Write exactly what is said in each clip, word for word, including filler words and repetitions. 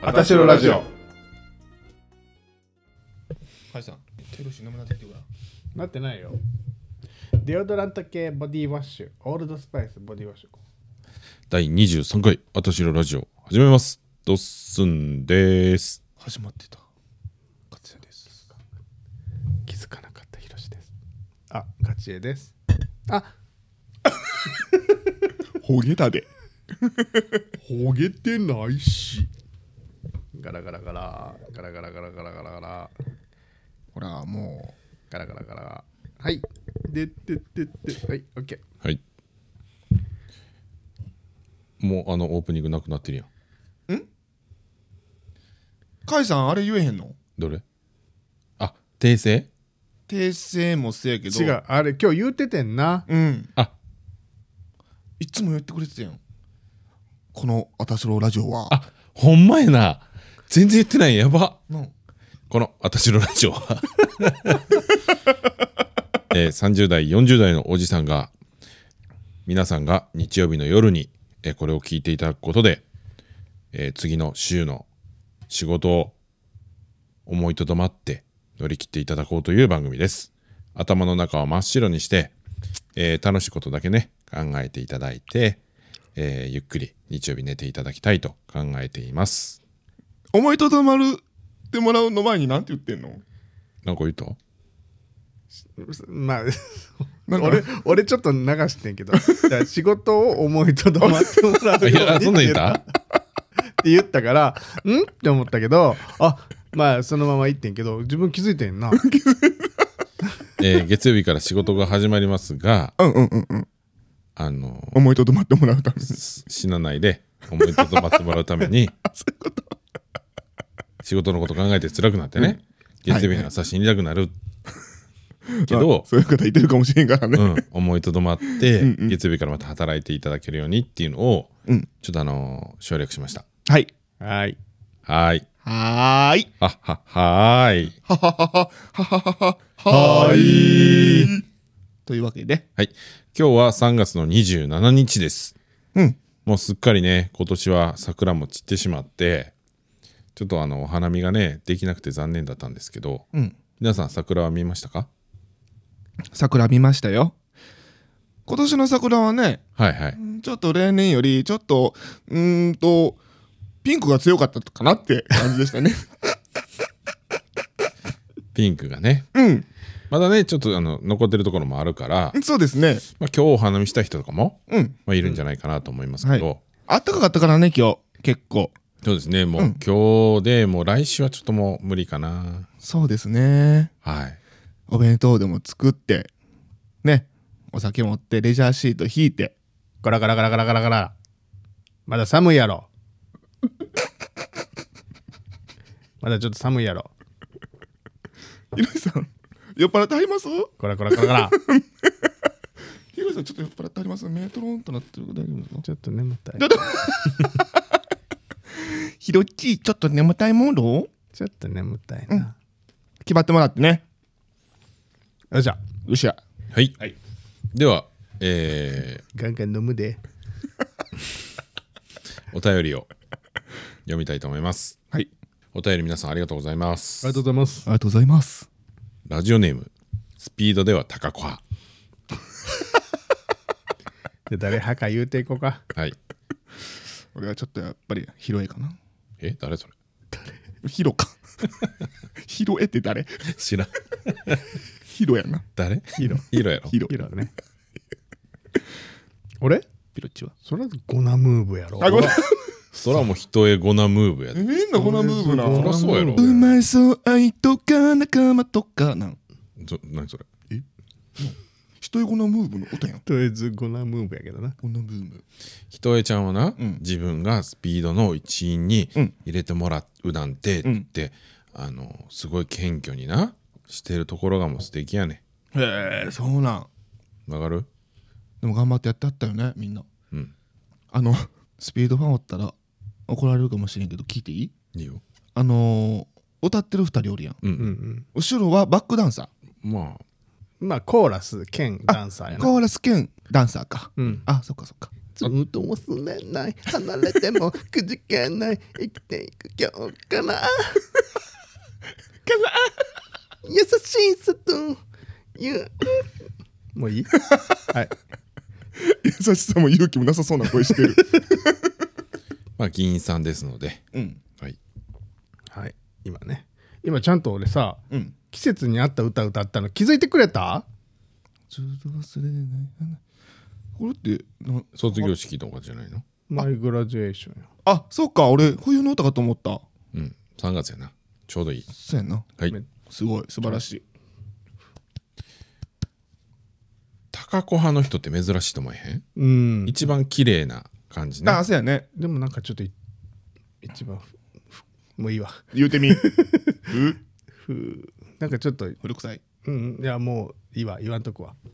あたしろラジオ。 はいさん、テロシ飲むなって言ってくら。 なってないよ。デオドラント系ボディワッシュ、オールドスパイスボディワッシュ。 だいにじゅうさんかいあたしろラジオ始めます。ドッスンです。 始まってた。勝也です。 気づかなかったヒロシです。あ、勝家です。あ、 ほげたで。ほげてないし。 ガラガラガラガラガラガラガラガラガラ。 ほらもうガラガラガラ。はい。でででではい、オッケー。はい。もうあのオープニングなくなってるやん。 ん？カイさんあれ言えへんの？ どれ？あ、訂正？ 訂正もせやけど。 違う、あれ今日言うててんな。 うん。 あ、 いつも言ってくれてたやん。このあたしろラジオは。 あ、ほんまやな。全然言ってないやば。 のこのあたしろラジオは、えー、さんじゅうだいよんじゅうだいのおじさんが皆さんが日曜日の夜に、えー、これを聞いていただくことで、えー、次の週の仕事を思いとどまって乗り切っていただこうという番組です。頭の中を真っ白にして、えー、楽しいことだけね考えていただいて、えー、ゆっくり日曜日寝ていただきたいと考えています。 思いとどまるってもらうの前になんて言ってんの？ なんか言った？ まあなんか俺俺ちょっと流してんけど、じゃあ仕事を思いとどまってもらうようにいや、そんなん言ったって言ったから、んって思ったけど、あ、まあそのまま言ってんけど、自分気づいてんな。 えー、月曜日から仕事が始まりますが、 うんうんうんうん。 あの思いとどまってもらうために死なないで思いとどまってもらうためにそういうこと仕事のこと考えて辛くなってね、うん、月曜日に朝死にたくなる、はい、けど、 まあ、そういう方いてるかもしれんからね、 うん、思いとどまってうん、うん、 月曜日からまた働いていただけるようにっていうのを、うん、ちょっとあの省略しました。 はいはいはいはーいはははーいははははははははーいというわけで、 はい、今日はさんがつのにじゅうしちにちです。 うん、 もうすっかりね今年は桜も散ってしまって、ちょっとあのお花見がねできなくて残念だったんですけど、うん、皆さん桜は見ましたか？ 桜見ましたよ。今年の桜はね、 はいはい、 ちょっと例年よりちょっとうーんとピンクが強かったかなって感じでしたね。 ピンクがね、 うん、 まだねちょっとあの残ってるところもあるから、 そうですね、 まあ、今日お花見した人とかも、 うんまあ、いるんじゃないかなと思いますけど、 はい、あったかかったからね今日結構。 そうですね、もう、うん、今日でもう来週はちょっともう無理かな。 そうですね、はい、お弁当でも作ってね、お酒持ってレジャーシート引いてガラガラガラガラガラガラ、まだ寒いやろ。まだちょっと寒いやろ。 ひろしさん酔っ払ってはります？ ガラガラガラガラ。 ひろしさんちょっと酔っ払ってはります？メトロンとなってる。大丈夫ですか？ ちょっと眠たい。 ひろっちちょっと眠たいモード？ ちょっと眠たいな、うん、 決まってもらってね。 よっしゃよっしゃ。 はい、はい、ではえー、 ガンガン飲むで。 お便りを読みたいと思います。 はい、 お便り皆さんありがとうございます。 ありがとうございます。 ありがとうございます。 ラジオネームスピードでは高子派。 で誰派か言うていこうか。 はい、 俺はちょっとやっぱりヒロエかな。 え、誰それ？ 誰？ヒロか。ヒロエって誰？ 知らん。 ヒロやな。 誰？ ヒロ。 ヒロやろ。 ヒロ。ヒロね。俺？ ピロッチは。 それはゴナムーブやろ。 あ、ゴナ。 そらもう人へゴナムーブやで。 みんなゴナムーブな。 そらそうやろ。 うまいそう愛とか仲間とかなん。 そ、何それ？ え？人へゴナムーブの歌やん。 とりあえずゴナムーブやけどな。 ゴナムーブ。 人へちゃんはな、 うん、自分がスピードの一員に入れてもらうなんて、うん、って、あのすごい謙虚になしてるところがもう素敵やね。 へえ、そうなん。 わかる？ でも頑張ってやってあったよね、みんな。 うん。 あのスピードファンおったら怒られるかもしれんけど聞いていい？ いいよ。 あのー、歌ってるふたりおるやん、 うんうんうん、 後ろはバックダンサー。 まあまあコーラス兼ダンサーやな。 コーラス兼ダンサーか、 うん、 あ、そっかそっか。 つずっと忘れない離れてもくじけない生きていく今日からから優しいさというもういいはい優しさも勇気もなさそうな声してるまあ議員さんですので、 うんはいはい今ね今ちゃんと俺さうん季節に合った歌歌ったの気づいてくれた？ ずっと忘れない花これってな卒業式とかじゃないの？ マイグラジュエーションよ。 あそうか俺冬の歌かと思った。 うんさんがつやな。ちょうどいい。 そうやな。 はい。 すごい素晴らしい。 高子派の人って珍しいと思えへん？ うん一番綺麗な感じね。 あそうやね。 でもなんかちょっとい一番ふふもういいわ言うてみうふなんかちょっと古臭い。 うんいやもういいわ言わんとくわ。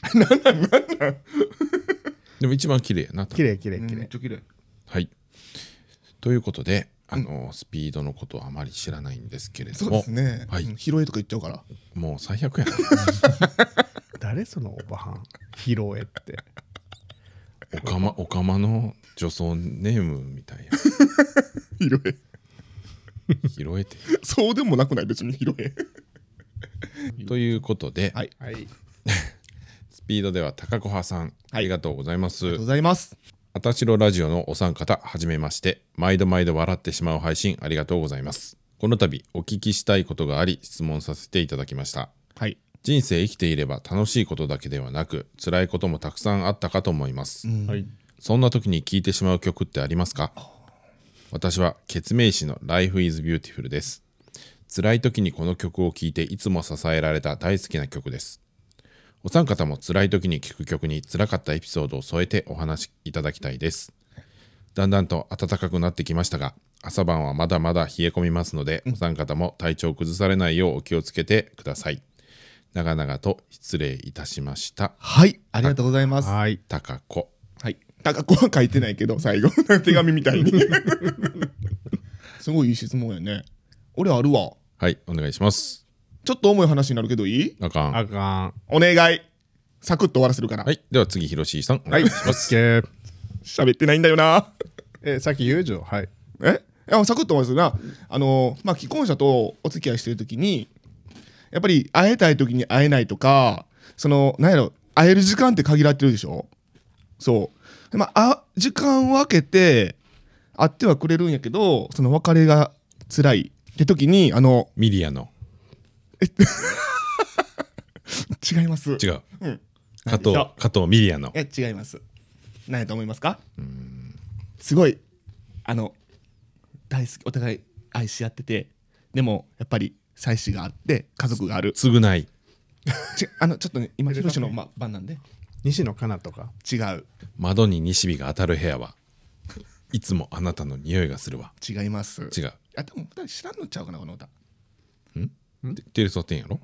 でも一番綺麗やな。 綺麗綺麗綺麗めっちゃ綺麗。 はい。ということで、あの、うん、スピードのことはあまり知らないんですけれども、 そうですね。 はい。 拾えとか言っちゃうから。 もう最悪やな。 誰そのおばはん拾えって。 おかまおかまの女装ネームみたいや。 拾え。 拾えて。 そうでもなくない別に拾え。 ということで、 はい。はいスピードでは高子派さん、ありがとうございます。 ありがとうございます。 あたしろラジオのお三方、はじめまして。毎度毎度笑ってしまう配信ありがとうございます。この度お聞きしたいことがあり質問させていただきました。 はい。 人生生きていれば楽しいことだけではなく辛いこともたくさんあったかと思います。 うん、 はい。 そんな時に聴いてしまう曲ってありますか？私はケツメイシの Life is Beautiful です。辛い時にこの曲を聴いていつも支えられた大好きな曲です。お三方も辛い時に聴く曲に辛かったエピソードを添えてお話しいただきたいです。だんだんと暖かくなってきましたが、朝晩はまだまだ冷え込みますので、お三方も体調を崩されないようお気をつけてください。長々と失礼いたしました。 はい、ありがとうございます。 はい。 高子。 はい。高子は書いてないけど最後手紙みたいにすごいいい質問やね。俺あるわ。 はい、お願いします。 ちょっと重い話になるけどいい？ あかん。 あかん。 お願い。サクッと終わらせるから。 はい、では次、ひろしーさん、おはい。 願いします。 オッケー。 喋ってないんだよな。 え、さっき言うじゃん。はい。 え？いやサクッと終わらせるな。あのまあ既婚者とお付き合いしてる時に、やっぱり会えたい時に会えないとか、そのなんやろ会える時間って限られてるでしょ。そう。でまああ時間を空けて会ってはくれるんやけど、その別れが辛いって時にあのミリアの。 違います。 違う。 うん。 加藤、加藤ミリアの。 え違います。何やと思いますか？すごいあの大好きお互い愛し合ってて、でもやっぱり妻子があって家族がある。 償い。 ちあのちょっとね今ヒロシの、ま、番なんで西野カナとか。 違う。 窓に西日が当たる部屋はいつもあなたの匂いがするわ。 違います。 違う。 あでもふたり知らんのちゃうかなこの歌。 んテレソテンやろ？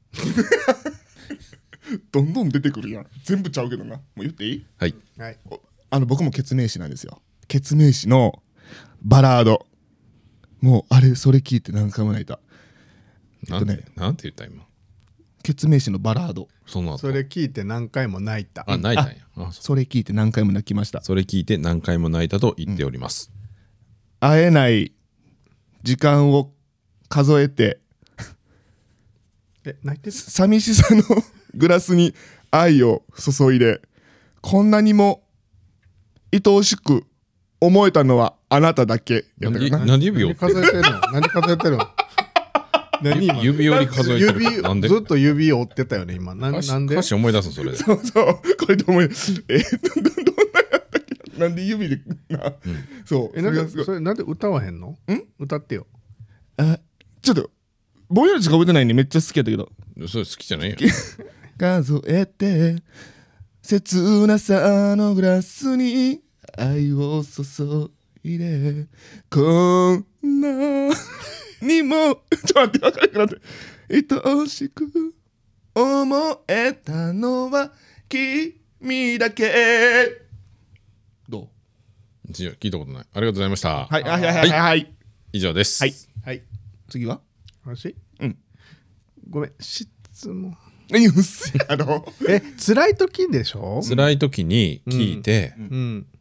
どんどん出てくるやん。全部ちゃうけどな。もう言っていい？ はい。 はい。 あの僕もケツメイシなんですよ。ケツメイシのバラード。もうあれそれ聞いて何回も泣いた。 なんて、 えっとねなんて言った今。 ケツメイシのバラード。 その後。 それ聞いて何回も泣いた。 あ、泣いたんや。あそそれ聞いて何回も泣きました。 それ聞いて何回も泣いたと言っております。 会えない時間を数えてえ、泣いてる？ 寂しさのグラスに愛を注いで、こんなにも愛おしく思えたのはあなただけやったかな。 なんで指を何数えてるの？何数えてるの？何今指折り数えてる指なんでずっと指を折ってたよね今。な歌詞なんで？ 歌詞思い出すそれで。 そうそうこれと思いえどどどんなやったっけな。なんで指でな、そうえ、なんそれがすごいでそれなんで歌わへんの？ ん？ 歌ってよ。 あちょっとぼんやりしか覚えてないんでめっちゃ好きやったけど。 それ好きじゃないよ。 数えて切なさのグラスに愛を注いで、こんなにもちょっと待って分からなくなって愛おしく思えたのは君だけ。どう？ 違う聞いたことない。ありがとうございました。 はいはいはいはいはい。 以上です。 はいはい。 次は？ 私？ うん。 ごめん。質問。 いやうっせやろ。 え、辛い時でしょ？ 辛い時に聞いて、 うん。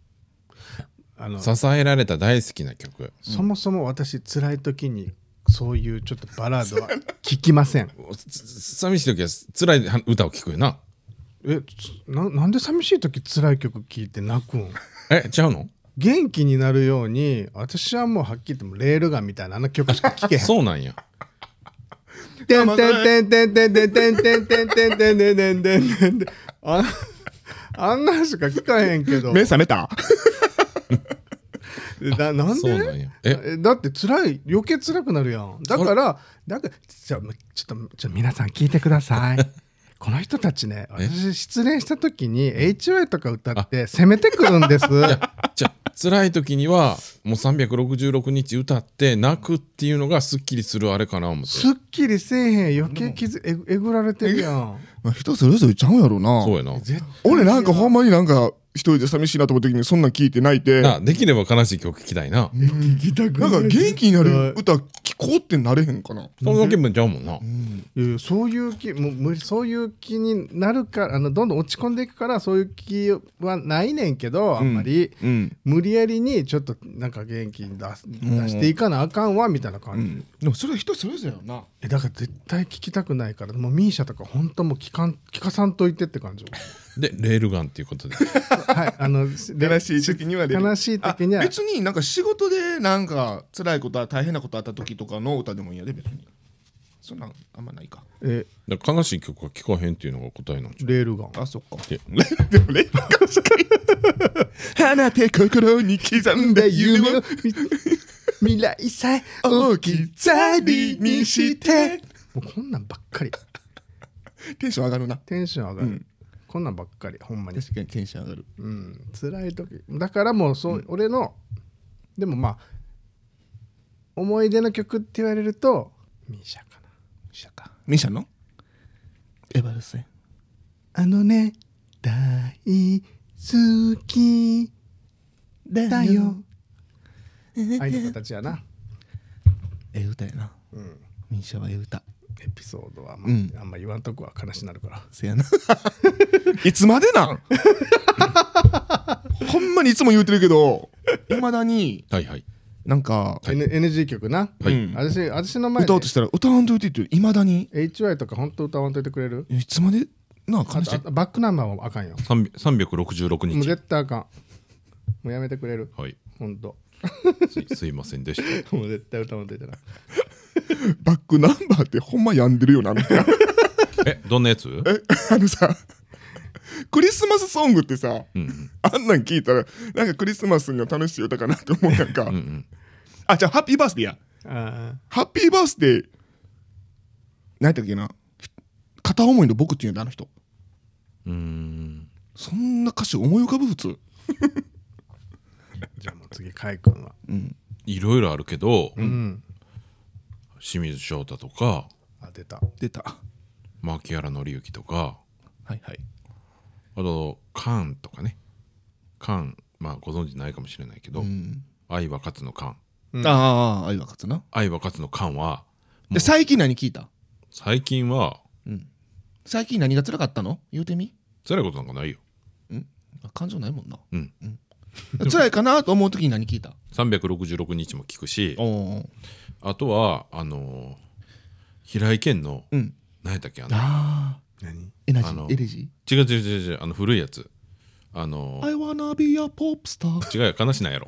あの支えられた大好きな曲。 そもそも私辛い時にそういうちょっとバラードは聞きません。 つ寂しい時は辛い歌を聴くよな。 えつななんで寂しい時辛い曲聴いて泣くん？ えちゃうの？ 元気になるように私はもうはっきり言ってもレールガンみたいなあの曲しか聴けへん。 そうなんや。 てんてんてんてんてんてんてんてんてんてんてんてんてんてんてんてんああんなんしか聞かへんけど。 目覚めた？ だなんそうなんで？ や。ええだって辛い余計辛くなるやん。だからだからじゃあちょっとちょっと皆さん聞いてください。この人たちね、私失恋した時に エイチワイ とか歌って攻めてくるんです。 じゃあ辛い時にはもうさんびゃくろくじゅうろくにち歌って泣くっていうのがすっきりするあれかな思って。 すっきりせえへん余計傷ええぐられてるやん。 まあ人それぞれちゃうやろな。 そうやな。 絶対俺なんかほんまになんか一人で寂しいなと思った時にそんなん聞いて泣いて、 なできれば悲しい曲聴きたいな。 聞きたくなんか元気になる歌聴こうってなれへんかな。 そんな気分ちゃうもんな。 いやいやそういう気もう無理そういう気になるからあのどんどん落ち込んでいくからそういう気はないねんけどあんまり、 うん無理やりにちょっとなんか元気に出す出していかなあかんわみたいな感じ、 うんでもそれは人それぞれやな。 えだから絶対聞きたくないからもうミーシャとか本当もう聞かん聞かさんといてって感じ。 でレールガンっていうことで。 はいあの悲しい時には出る悲しい時にはあ別になんか仕事でなんか辛いこと大変なことあった時とかの歌でもいいやで別にそんなんあんまないか。 えだから悲しい曲は聴かへんっていうのが答えなんちゃう。 レールガンあそっか。 ででもレッカしか放て心に刻んだ夢を未来さえ置き去りにしてもうこんなんばっかりテンション上がるな。 テンション上がる、 うんこんなんばっかりほんまに、 確かにテンション上がる。 うん、辛い時だからもうそう、うん、俺のでもまあ思い出の曲って言われるとミーシャかな。 ミシャか。ミシャのエヴァルセン。 あのね大好きだよ愛の形やな、 ええ歌やな。 うん、 ミシャはええ歌。 エピソードは、まあうんあんま言わんとこは悲しなるからせやな。いつまでなんほんまにいつも言うてるけどいまだにはいはい。 なんか、 N- エヌジー 曲な、 はいうん私私の前で歌おうとしたら歌わんといてっていまだにエイチワイ とか本当歌わんといてくれる？ いつまでなああ感じとあとバックナンバーもあかんよ。 さんさんびゃくろくじゅうろくにもうち。 絶対あかん。もうやめてくれる？ はい。 本当。 すすいませんでした。 もう絶対歌わんといてな。 バックナンバーってほんま病んでるよなみたいな。 えどんなやつ？ えあのさクリスマスソングってさうんうんあんなん聞いたらなんかクリスマスの楽しい歌かなって思うやんか、 うんうんあじゃあハッピーバースデーやあハッピーバースデー何やったっけな片思いの僕っていうんだあの人うーん。 そんな歌詞思い浮かぶ普通じゃあもう次カイ君は。 うんいろいろあるけど、 うん。 清水翔太とかあ出た。 出た牧原紀之とか、 はいはいあとカンとかね。カンまあご存知ないかもしれないけど、 うん愛は勝つのカン。 うんああ愛は勝つな愛は勝つのカンはもうで最近何聞いた最近はうん最近何が辛かったの言うてみ辛いことなんかないよ。 あ感情ないもんなうん。 辛いかなと思う時に何聞いたさんびゃくろくじゅうろくにちも聞くし、 おおあとはあのー平井堅のうん何やったっけあのああ何？ エナジあのーエレジ違う違う違う違うあの古いやつあのー I wanna be a pop star 違うよ悲しないやろ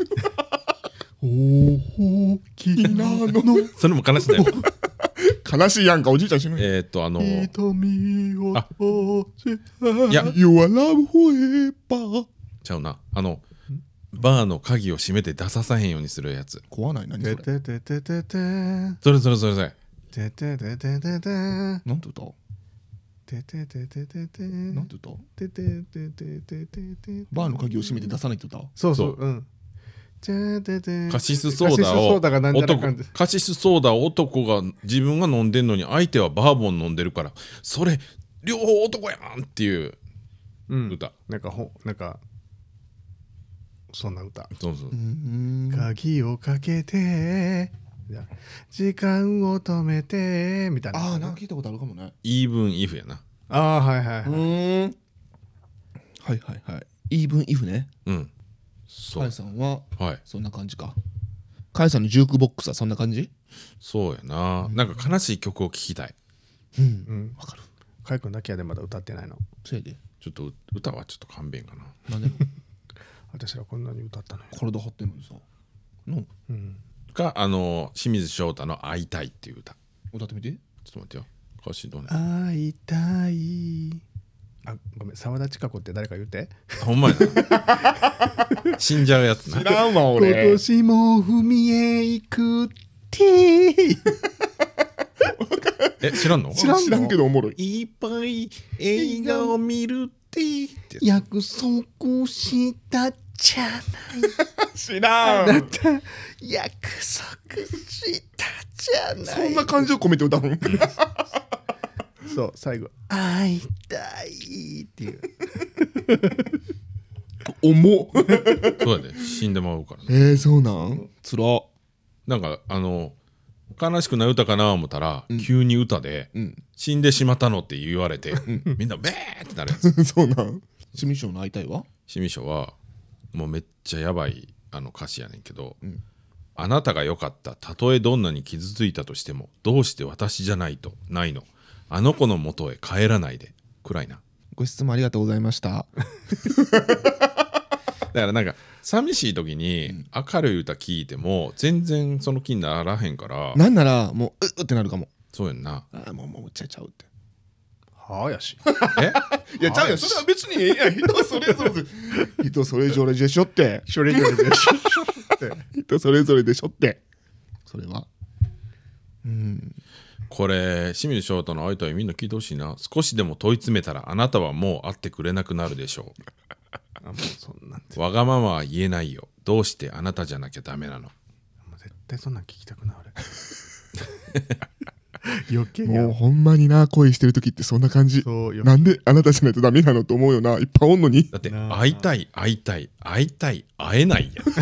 大きなのそれも悲しないやろ悲しいやんかおじいちゃん死ぬえーっとあのー瞳をあ閉じたいや You are love forever ちゃうなあのバーの鍵を閉めて出ささへんようにするやつ怖ない何そてれてててててそれそれそれそれててててててなんて歌ててててててなんて歌てててててててバーの鍵を閉めて出さないって歌そうそうそううんてててカシスソーカシスダをソーダがなんじゃらかん男でカシスソーダを男が自分が飲んでんのに相手はバーボン飲んでるからそれ両方男やんっていううん歌、 なんかほなんかそんな歌そうそううーん鍵をかけてじゃあ時間を止めてみたいなああなんか聞いたことあるかもねイーブンイフやなああはいはいはいんはいはいはいイーブンイフねうんそうカイさんははいそんな感じか。カイさんのジュークボックスはそんな感じ？ そうやな、なんか悲しい曲を聴きたい。 うんうんわかる。 カイ君だけやでまだ歌ってないの。 そやで。 ちょっとう歌はちょっと勘弁かな。 なんでも私らこんなに歌ったのよ。 体張ってんのにさのうん。 かあの清水翔太の「会いたい」っていう歌。ち歌ってみて。 ょっと待ってよ、歌詞どうね。 会いたい。あ、ごめん、沢田千佳子って誰か言うて。 ほんまやな死んじゃうやつな。 知らんわ今俺。 年も海へ行くってえ知らんの？ 知らんの知らんけどおもろい。 いっぱい映画を見るってってやつ約束したじゃない知らん。 あなた約束したじゃない。 そんな感情込めて歌うの？ そう最後会いたいっていう。 重っ。 そうやで死んでまうからね。 えー、そうなんつら。 なんかあの悲しくない歌かな思ったら、急に歌で、 うん死んでしまったのって言われて、みんなベーってなるやつ。 そうなん清水翔の会いたいわ。 清水翔はもうめっちゃやばいあの歌詞やねんけど、 んあなたが良かったたとえどんなに傷ついたとしてもどうして私じゃないとないのあの子の元へ帰らないで暗いな。 ご質問ありがとうございました。 だからなんか寂しい時に明るい歌聴いても全然その気にならへんから。 なんならもううっってなるかも。 そうやんな。 あーもうもうちゃちゃうって。 はあやし。 えいやちゃうよ、それは別にええやん。人それぞれ人それぞれでしょって。 それぞれでしょって人それぞれでしょって。それはうんこれ清水翔太の会いたいみんな聞いてほしいな。少しでも問い詰めたらあなたはもう会ってくれなくなるでしょあもうそんなんてう。わがままは言えないよ。どうしてあなたじゃなきゃダメなの。 もう絶対そんなん聞きたくない俺。余計やもうほんまにな、恋してる時ってそんな感じ。 そうよ。 なんであなたじゃないとダメなのと思うよな。いっぱいおんのに。 だってなあ会いたい会いたい会いたい会えないやん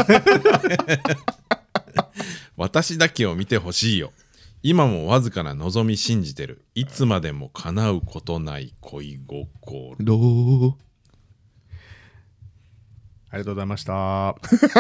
私だけを見てほしいよ。今もわずかな望み信じてる。いつまでも叶うことない恋心。 ローありがとうございました。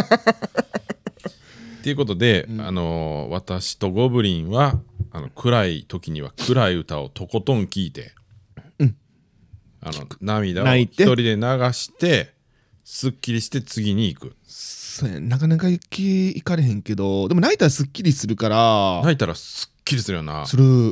っていうことで、うん、あのー、私とゴブリンはあの暗い時には暗い歌をとことん聴いて、うん、あの涙を一人で流してすっきりして次に行く。 そうや、なかなか行き行かれへんけど、でも泣いたらすっきりするから。 泣いたらすっきりするよな。 する、うん、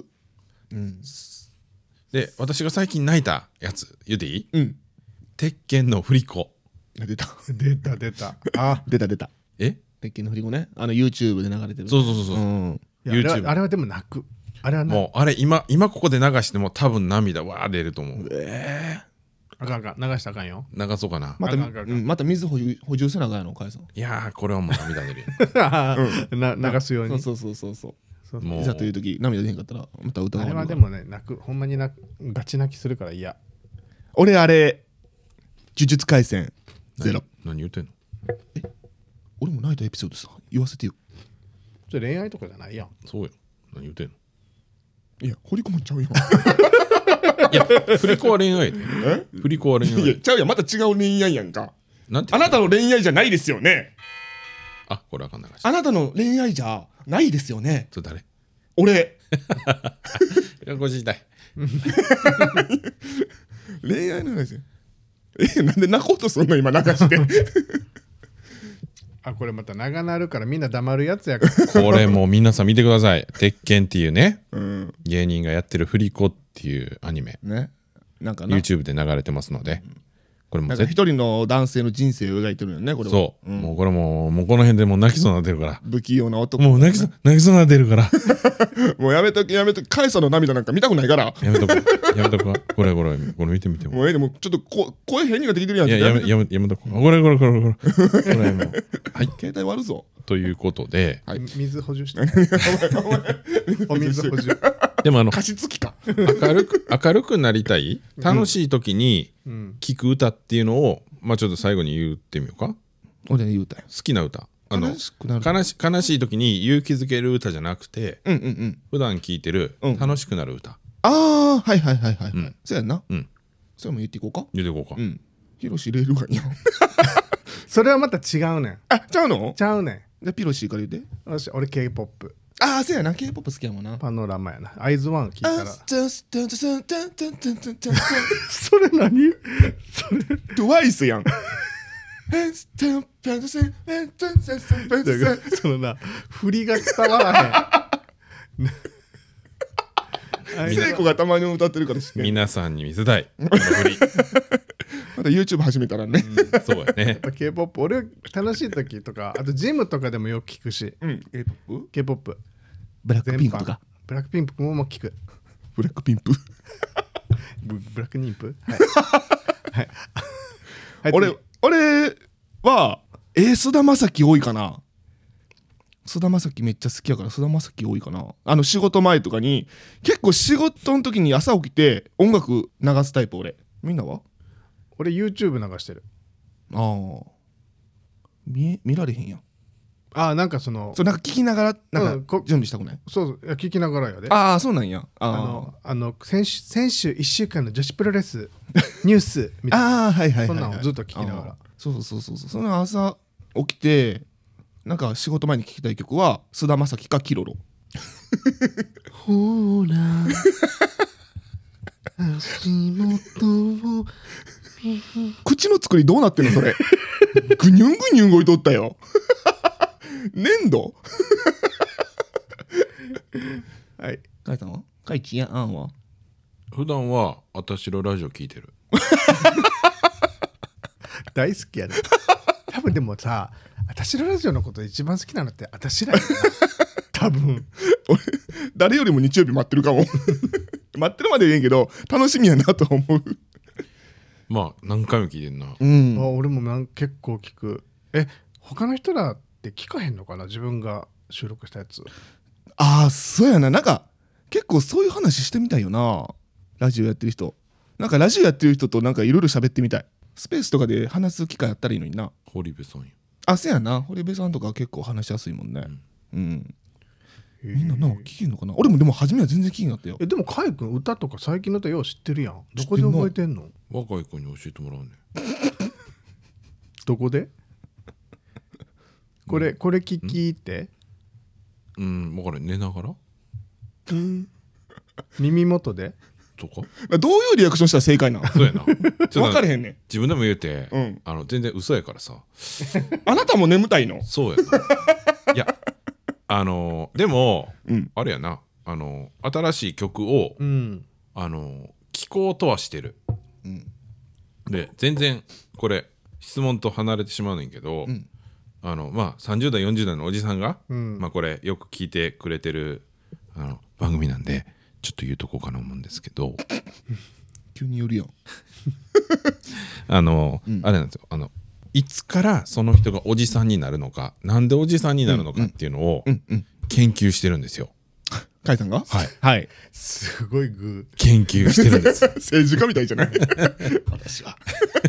で私が最近泣いたやつ言うていい？ うん、 鉄拳の振り子。 出た出た出た。あ出た出た。 え鉄拳の振り子ね、あの YouTube で流れてる。 そうそうそうそう、うん、 いや YouTube あれは、あれはでも泣く。あれはもうあれ今今ここで流しても多分涙わー出ると思う。 えーあかんあかん、流したらあかんよ。 流そうかな。 また、うん、また水補充補充せなあかんやろ、かえさん。 いやーこれはもう涙出るよ、 うん、な流すように。 そうそうそうそうそう。 もういざという時涙出へんかったらまた歌う。 あれはでもね、泣く、ほんまに泣く、ガチ泣きするから嫌。 俺あれ呪術廻戦ゼロ。 何言ってんの？ え俺も泣いたエピソードさ言わせてよ。 それ恋愛とかじゃないやん。 そうよ。何言ってんの？ いや掘り込まっちゃうよ。 いや振り子は恋愛で。え振り子は恋愛。 いやちゃうやん、また違う恋愛やんか。 なんてあなたの恋愛じゃないですよね。 あこれあかんな。 あなたの恋愛じゃないですよね。 それ誰？ 俺。 いやご自体恋愛の話よ。えなんで泣こうとすんの今流してあこれまた長なるからみんな黙るやつやから。 これもう皆さん見てください。鉄拳っていうね、 うん、 芸人がやってる振り子っていうアニメ、 ね、なんかな YouTube で流れてますので、うん、これもなんか一人の男性の人生を描いてるよねこれは。 そう、うん、もうこれももうこの辺でもう泣きそうになってるから。 不器用な男、 もう泣きそう泣きそうになってるからもうやめとけやめとけ。カエサの涙なんか見たくないからやめとこやめとここれこれこれ見てみてももうええでもちょっとこ声変になってきてるやん。 いややめやめやめとここれこれこれこれこれもうはい携帯割るぞということで、 はい、水補充してお水補充でもあの加湿器か明るく明るくなりたい楽しい時に聴く歌っていうのを、まあちょっと最後に言ってみようか。 俺言うたよ好きな歌。あの悲しくなる悲し悲しい時に勇気づける歌じゃなくて、 うんうんうん、 普段聴いてる楽しくなる歌。 ああはいはいはいはい、はい、うん、そうやんな、 うん、 それも言っていこうか。 言っていこうか。 うん、広しレールガンやんそれはまた違うねん。 あ、ちゃうの？ ちゃうねじゃあピロシーから言うて。 ん。よし、俺 K-ポップ。 ああ、そうやな、K-ポップ好きやもんな。 パノラマやな。アイズワン聞いたら。 あちゃんちゃんちゃんちゃんちゃんちゃんちゃんちゃんそれ何？それ。 トゥワイスやん。 そのな、振りが伝わらへん。 聖子がたまに歌ってるから知ってん。 皆さんに見せたいこの振りまた YouTube 始めたらね。 うんそうやね。 K-ポップ、俺楽しい時とか、あとジムとかでもよく聞くし、 うん。K-ポップ？ K-ポップ。 ブラック全般ピンクとか。 ブラックピンクもも聞く。 ブラックピンク。 ブブラックニンプはい。はいはい。 俺次、 俺は、えー、菅田将暉多いかな。菅田将暉めっちゃ好きやから菅田将暉多いかな。あの仕事前とかに結構仕事の時に朝起きて音楽流すタイプ俺。みんなは？ 俺 YouTube 流してる。 ああ。見え見られへんやん。 ああ、なんかその、 そうなんか聞きながらなんかうんこ準備したくない？ そうそう、いや聞きながらやで。 ああそうなんや。ああの、あの先週、先週いっしゅうかんの女子プロレスニュースみたいな。 ああはいはいはい、はい、 そんなんをずっと聞きながらあーそうそうそうそう。その朝起きてなんか仕事前に聞きたい曲は菅田将暉かキロロ。 ほら足元を口の作りどうなってんのそれ。ぐにゅんぐにゅん動いとったよ。粘土。 はい。 カイさんは？カイチやあんは？ 普段は私のラジオ聞いてる。 大好きやね。多分でもさ、私のラジオのこと一番好きなのって私らやな。多分。 俺誰よりも日曜日待ってるかも。待ってるまで言えんけど楽しみやなと思う。 まあ何回も聞いてんな。 うんあ、俺もなん結構聞く。え、他の人らって聞かへんのかな、自分が収録したやつ。 ああそうやな。なんか結構そういう話してみたいよな。ラジオやってる人なんかラジオやってる人となんかいろいろ喋ってみたい。スペースとかで話す機会あったらいいのにな。 堀部さんよ。 あそうやな。堀部さんとか結構話しやすいもんね。うん、うんみんなな聞けんのかな。俺もでも初めは全然聞けんかったよ。 え、でもカイ君歌とか最近の歌よう知ってるやん。どこで覚えてんの？ 若い子に教えてもらうね。 どこで？これこれ聞きってうん分からん。寝ながら耳元でとか。 どういうリアクションしたら正解なの？ そうやな。ちょっと分かれへんねん。 自分でも言うて、 うんあの全然嘘やからさ。 あなたも眠たいの？ そうやな。いやあのでも、 うんあれやな、あの新しい曲を、 うんあの聴こうとはしてる。 うんで全然これ質問と離れてしまうねんけど、 うんあのまあさんじゅう代よんじゅう代のおじさんが、 うんまあこれよく聞いてくれてるあの番組なんでちょっと言うとこうかな思うんですけど急によるやん。 あの、 うんあれなんですよ、あのいつからその人がおじさんになるのか、なんでおじさんになるのかっていうのをうんうん。 研究してるんですよ。 カイさんが？ はいはい。 すごいグ研究してるんです政治家みたいじゃない？私は。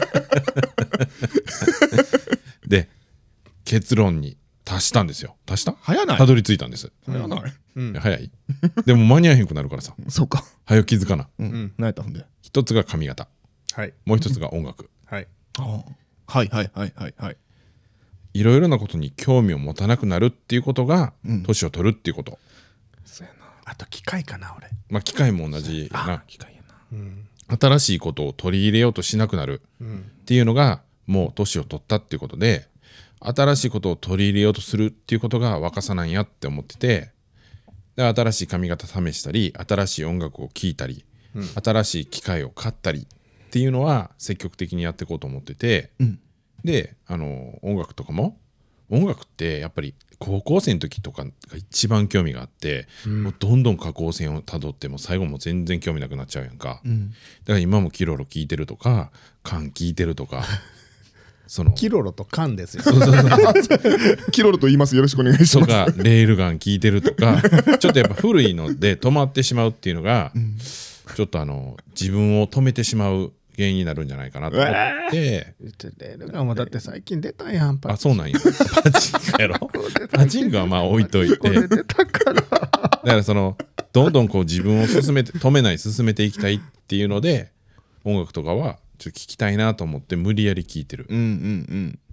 で結論に達したんですよ。達した早ない？ たどり着いたんです。 早ない？ ー、うんいや早いでも間に合えへんくなるからさそうか。 早気づかな。 ううんん。 何やったほんで？ 一つが髪型、 はいもう一つが音楽。 はい。 ああはいはいはいはいはい。 いろいろなことに興味を持たなくなるっていうことがうん年を取るっていうこと。 そうやな。 あと機械かな俺。 まあ機械も同じやな。 機械やな。 うん新しいことを取り入れようとしなくなるうんっていうのがもう年を取ったっていうことで、新しいことを取り入れようとするっていうことが若さなんやって思ってて、で新しい髪型試したり、新しい音楽を聴いたり、 うん新しい機械を買ったりっていうのは積極的にやっていこうと思ってて、 うんであの音楽とかも、音楽ってやっぱり高校生の時とかが一番興味があって、 うんもうどんどん下降線をたどっても最後も全然興味なくなっちゃうやんか。 うん。 だから今もキロロ聞いてるとかカン聞いてるとかそのキロロとカンですよ。 キロロと言います。よろしくお願いしとます。 かレールガン聞いてるとかちょっとやっぱ古いので止まってしまうっていうのが、 うんちょっとあの自分を止めてしまう原因になるんじゃないかなと思って。 レールガンはだって最近出たやん。 あ、そうなんや。パチンコやろ。パチンコはまあ置いといて、 これ出たから。 だからそのどんどんこう自分を進めて止めない進めていきたいっていうので、音楽とかはちょっと聞きたいなと思って無理やり聞いてる。 うんうんうん。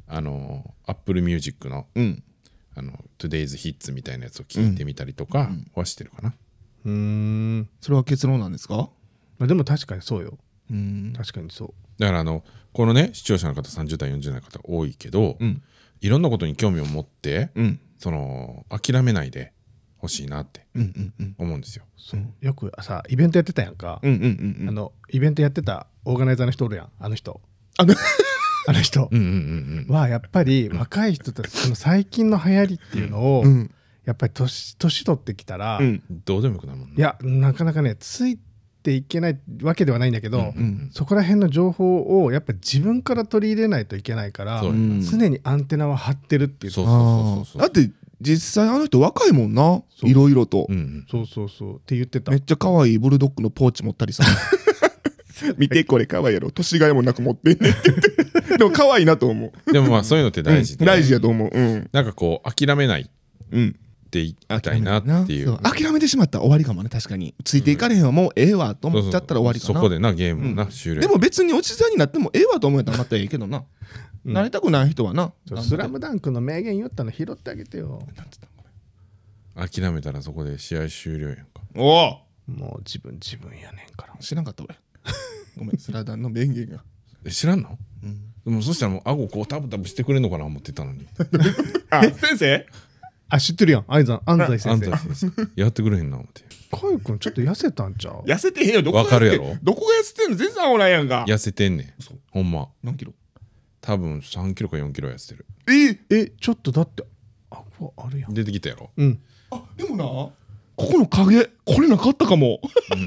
あの Apple Music のうんあの Today's Hits みたいなやつを聞いてみたりとかはしてるかな。 うーん。 それは結論なんですか？ まあでも確かにそうよ。 うーん確かにそう。 だからあのこのね視聴者の方さんじゅう代よんじゅう代の方多いけど、 うんいろんなことに興味を持ってうんその諦めないでほしいなってうんうんうん思うんですよ。 そうよくさイベントやってたやんか、 うんうんうんうんあのイベントやってたオーガナイザーの人おるやん、あの人あのあの人うんうんうんうん。 はやっぱり若い人たちその最近の流行りっていうのを、 うんやっぱり年年取ってきたら、 うんどうでもよくなるもんね。 いやなかなかねついていけないわけではないんだけど、 うんそこら辺の情報をやっぱ自分から取り入れないといけないから、 そううん常にアンテナは張ってるっていうそうそうそうそうあーだって実際あの人若いもんな、 そういろいろと、 うんうんそうそうそうって言ってためっちゃ可愛いブルドッグのポーチ持ったりさ見てこれ可愛いやろ年がいもなく持ってんねんって言ってでも可愛いなと思うでもまあそういうのって大事で、 うん大事やと思ううんなんかこう諦めないっうんていきたいなっていう。 そう諦めてしまったら終わりかもね。確かについていかれへんわ、もうええわとそうそう思っちゃったら終わりかな。 そこでなゲームもな、 うん終了。 でも別におじさんになってもええわと思えたらまたええけどな、 うんなりたくない人はなそうスラムダンクの名言言ったの拾ってあげてよ。 諦めたらそこで試合終了やんか。 おおもう自分自分やねんから。 知らんかった俺ごめんスラダンの名言が、 え知らんの？ うん、 でもそしたらもう顎こうタブタブしてくれんのかな思ってたのに。 あ先生あ知ってるやん、安西安西先安生。 西先生やってくれへんな思って。 かゆくんちょっと痩せたんちゃう？ 痩せてへんよ。どこがわかるやろ痩せてんどこが痩せてんの？全然おらんやんか。 痩せてんねん。 そうほんま。 何キロ？ 多分さんキロかよんキロ痩せてる。 ええちょっとだってあこあるやん。 出てきたやろ。 うん。 あでもなここの影これなかったかも。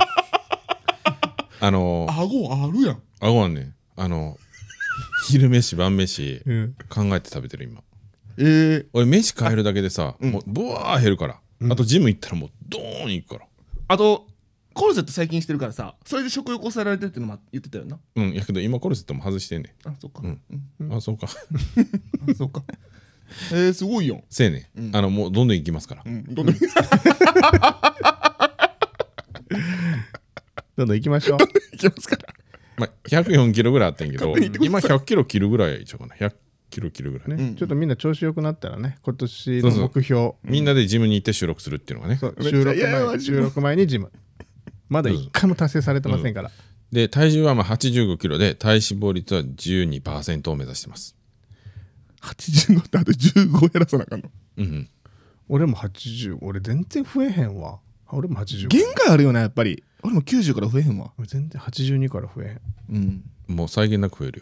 あのー、 顎あるやん。 顎はね、あの昼飯晩飯うん。 考えて食べてる今。 えー、 俺飯変えるだけでさ、 うんもうブワー減るから、 うんあとジム行ったらもうドーン行くから。 あとコルセット最近してるからさ、それで食欲抑えられてるってのも言ってたよな。 うん、やけど今コルセットも外してんねあそっか、 うんうんん。あ、そうか。 あそうかえー、すごいよ。 せやねん、 うんあのもうどんどん行きますから。 うんどんどんいどんどん行きましょう。 きますから。 まあ、ひゃくよんキロぐらいあってんけど勝手に言ってくだ今さいひゃくキロ切るぐらいちゃうかな。ひゃくキロ切るぐらい、 ね、 うんちょっとみんな調子良くなったらね、今年のそうそう目標。 みんなでジムに行って収録するっていうのがね。 そうめっちゃ収録嫌やわ前収録前にジム。まだ一回も達成されてませんから。 で体重はまあはちじゅうごキロで体脂肪率はじゅうにパーセントを目指してます。 はちじゅうごってあとじゅうご減らさなあかんの。 うんうん俺もはちじゅう、俺全然増えへんわ。あ俺もはちじゅう。 限界あるよなやっぱり。俺もきゅうじゅうから増えへんわ。 俺全然はちじゅうにから増えへん。 うん。 もう際限なく増えるよ。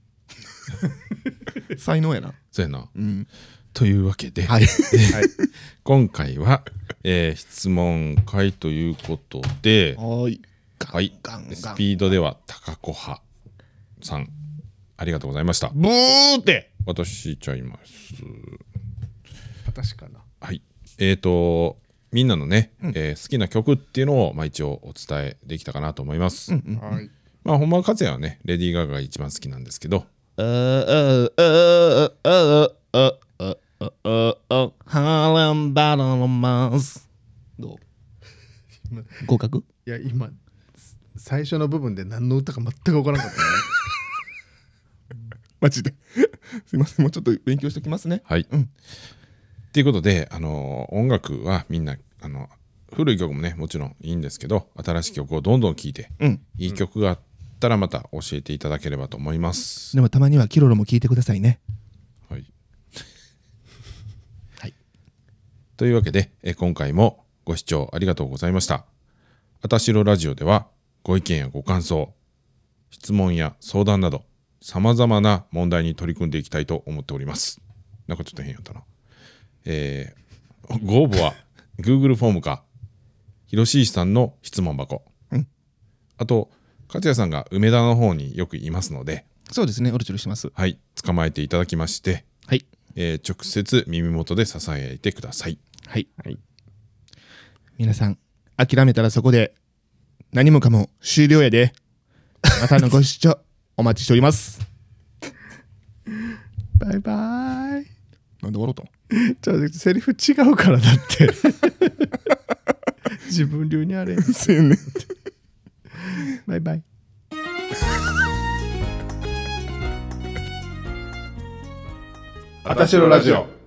才能やな。 そうやな。 うん。 というわけで、 はい。 今回は、えー質問会ということで、 はい。 はいガンガンスピードでは高子派さんありがとうございました。 ブーって。 私ちゃいます。 私かな。 はい。えーとみんなのね、えー好きな曲っていうのを、まあ、一応お伝えできたかなと思います。 うんうん。 はい。 まあ本間和也はねレディー・ガガが一番好きなんですけど、 あああああああああハーレンバトルマンス。どう？合格？ いや、今、最初の部分で何の歌か全く分からなかったね。 マジで。すいません、もうちょっと勉強しておきますね。 はい。 うんっていうことで、あの音楽はみんなあの古い曲もねもちろんいいんですけど、新しい曲をどんどん聴いて、 うん。 いい曲があったらまた教えていただければと思います。 でもたまにはキロロも聞いてくださいね。 はい。 はい。 というわけで、え今回もご視聴ありがとうございました。あたしろラジオではご意見やご感想、質問や相談などさまざまな問題に取り組んでいきたいと思っております。なんかちょっと変やったな。えー、ご応募は Google フォームかひろしいさんの質問箱、 うんあと勝也さんが梅田の方によくいますので、 そうですね、オルチョルします。 はい、捕まえていただきまして、 はい。 えー直接耳元で支えてください。 はい。 はい。 皆さん、諦めたらそこで何もかも終了やで。またのご視聴お待ちしております。 バイバーイ。 なんで笑ったの？ ちょっとセリフ違うからだって。自分流にあれ。 せやねん。 バイバイ。 あたしろラジオ。